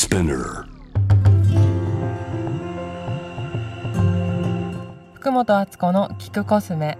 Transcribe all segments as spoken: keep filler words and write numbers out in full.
Spinner。 福本敦子の聞くコスメ。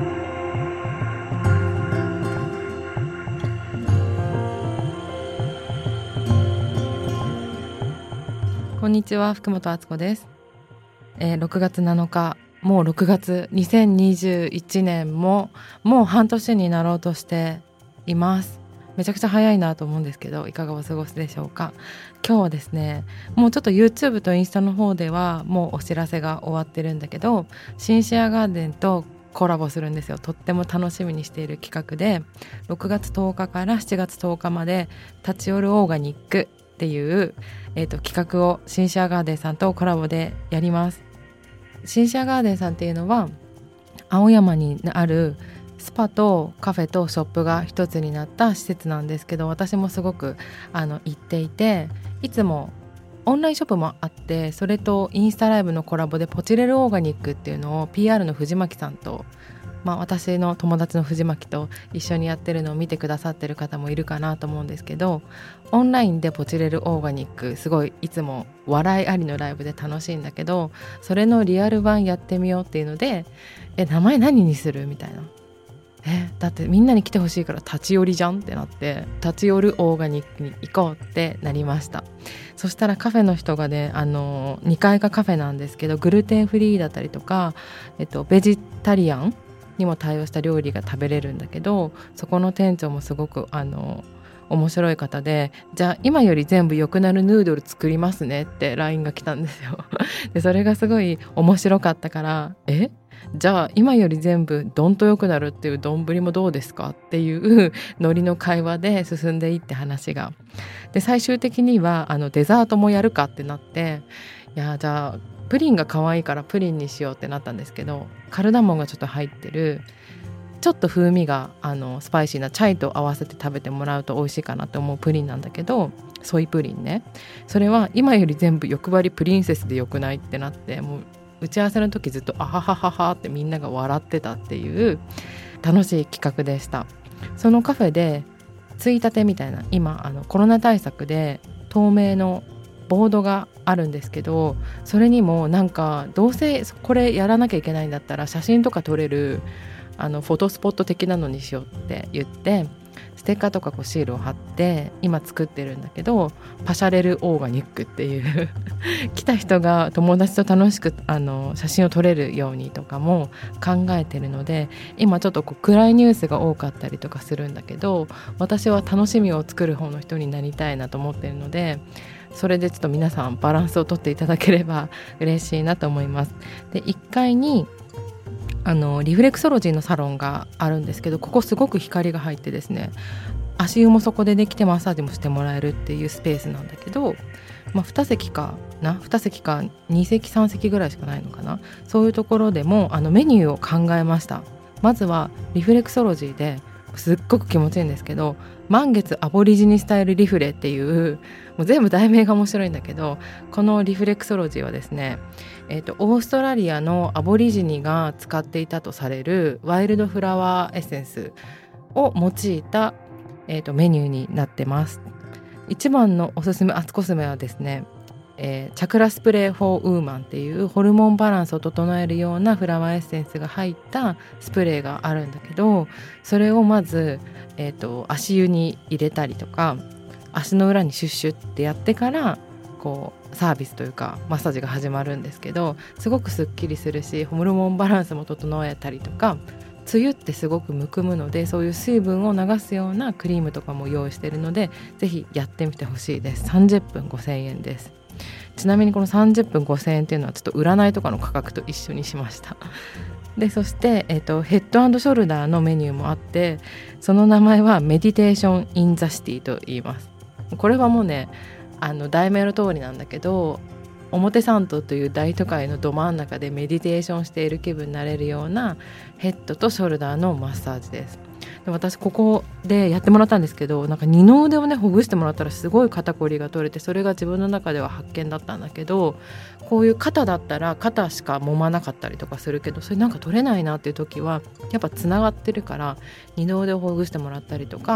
こんにちは、福本敦子です。えー、ろくがつなのか、もうろくがつ、にせんにじゅういちねんももう半年になろうとしています。めちゃくちゃ早いなと思うんですけど、いかがお過ごしでしょうか。今日はですね、もうちょっと YouTube とインスタの方ではもうお知らせが終わってるんだけど、シンシアガーデンとコラボするんですよ。とっても楽しみにしている企画で、ろくがつとおかからしちがつとおかまで立ち寄るオーガニックっていう、えーと、企画をシンシアガーデンさんとコラボでやります。シンシアガーデンさんっていうのは青山にあるスパとカフェとショップが一つになった施設なんですけど、私もすごくあの行っていて、いつもオンラインショップもあって、それとインスタライブのコラボでポチレルオーガニックっていうのを ピーアール の藤巻さんと、まあ、私の友達の藤巻と一緒にやってるのを見てくださってる方もいるかなと思うんですけど、オンラインでポチレルオーガニック、すごいいつも笑いありのライブで楽しいんだけど、それのリアル版やってみようっていうので、え名前何にするみたいな、えだってみんなに来てほしいから立ち寄りじゃんってなって、立ち寄るオーガニックに行こうってなりました。そしたらカフェの人がね、あのにかいがカフェなんですけど、グルテンフリーだったりとか、えっと、ベジタリアンにも対応した料理が食べれるんだけど、そこの店長もすごくあの面白い方で、じゃあ今より全部良くなるヌードル作りますねって ライン が来たんですよ。でそれがすごい面白かったから、えじゃあ今より全部どんと良くなるっていう丼もどうですかっていうノリの会話で進んでいって話が、で最終的にはあのデザートもやるかってなって、いやじゃあプリンが可愛いからプリンにしようってなったんですけど、カルダモンがちょっと入ってる、ちょっと風味があのスパイシーなチャイと合わせて食べてもらうと美味しいかなと思うプリンなんだけど、ソイプリンね。それは今より全部欲張りプリンセスでよくないってなって、もう打ち合わせの時ずっとあははははってみんなが笑ってたっていう楽しい企画でした。そのカフェでついたてみたいな、今あのコロナ対策で透明のボードがあるんですけど、それにもなんかどうせこれやらなきゃいけないんだったら写真とか撮れるあのフォトスポット的なのにしようって言って、ステッカーとかこうシールを貼って今作ってるんだけど、パシャレルオーガニックっていう来た人が友達と楽しくあの写真を撮れるようにとかも考えてるので、今ちょっとこう暗いニュースが多かったりとかするんだけど、私は楽しみを作る方の人になりたいなと思ってるので、それでちょっと皆さんバランスをとっていただければ嬉しいなと思います。でいっかいにあのリフレクソロジーのサロンがあるんですけど、ここすごく光が入ってですね、足湯もそこでできてマッサージもしてもらえるっていうスペースなんだけど、まあ、に席かなに席かに席さん席ぐらいしかないのかな。そういうところでもあのメニューを考えました。まずはリフレクソロジーですっごく気持ちいいんですけど、満月アボリジニスタイルリフレっていう、もう全部題名が面白いんだけど、このリフレクソロジーはですね、えーと、オーストラリアのアボリジニが使っていたとされるワイルドフラワーエッセンスを用いた、えーと、メニューになってます。一番のおすすめアツコスメはですね、えー、チャクラスプレーフォーウーマンっていうホルモンバランスを整えるようなフラワーエッセンスが入ったスプレーがあるんだけど、それをまず、えーと、足湯に入れたりとか、足の裏にシュッシュってやってからこうサービスというかマッサージが始まるんですけど、すごくすっきりするし、ホルモンバランスも整えたりとか、梅雨ってすごくむくむので、そういう水分を流すようなクリームとかも用意しているので、ぜひやってみてほしいです。さんじゅっぷんごせんえんです。ちなみにこのさんじゅっぷんごせんえんっていうのはちょっと占いとかの価格と一緒にしましたでそして、えーと、ヘッド&ショルダーのメニューもあって、その名前はメディテーション・イン・ザ・シティと言います。これはもうね、あの題名の通りなんだけど、表参道という大都会のど真ん中でメディテーションしている気分になれるようなヘッドとショルダーのマッサージです。で私ここでやってもらったんですけど、なんか二の腕をねほぐしてもらったらすごい肩こりが取れて、それが自分の中では発見だったんだけど、こういう肩だったら肩しか揉まなかったりとかするけど、それなんか取れないなっていう時はやっぱつながってるから、二の腕をほぐしてもらったりとか、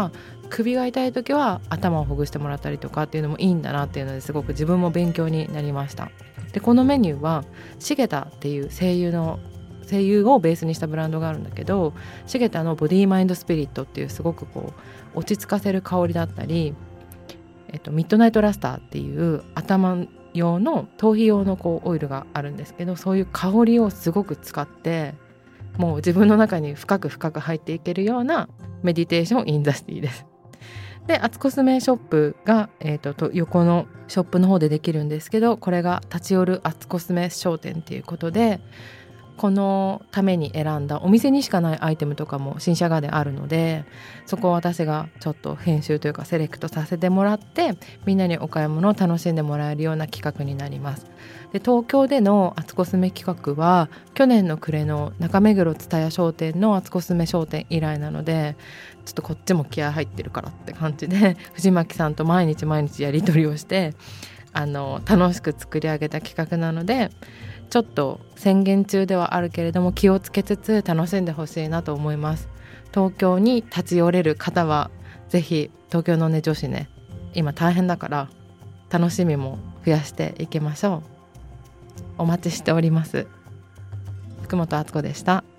首が痛い時は頭をほぐしてもらったりとかっていうのもいいんだなっていうのですごく自分も勉強になりました。でこのメニューはシゲタっていう声優の声優をベースにしたブランドがあるんだけど、シゲタのボディーマインドスピリットっていうすごくこう落ち着かせる香りだったり、えっと、ミッドナイトラスターっていう頭用の頭皮用のこうオイルがあるんですけど、そういう香りをすごく使ってもう自分の中に深く深く入っていけるようなメディテーションインザシティです。でアツコスメショップが、えーと、と横のショップの方でできるんですけど、これが立ち寄るアツコスメ商店っていうことで、このために選んだお店にしかないアイテムとかも新車がであるので、そこを私がちょっと編集というかセレクトさせてもらって、みんなにお買い物を楽しんでもらえるような企画になります。で東京でのアツコスメ企画は去年の暮れの中目黒蔦屋商店のアツコスメ商店以来なので、ちょっとこっちも気合入ってるからって感じで藤巻さんと毎日毎日やり取りをしてあの楽しく作り上げた企画なので、ちょっと宣言中ではあるけれども気をつけつつ楽しんでほしいなと思います。東京に立ち寄れる方はぜひ、東京のね女子ね今大変だから楽しみも増やしていきましょう。お待ちしております。福本敦子でした。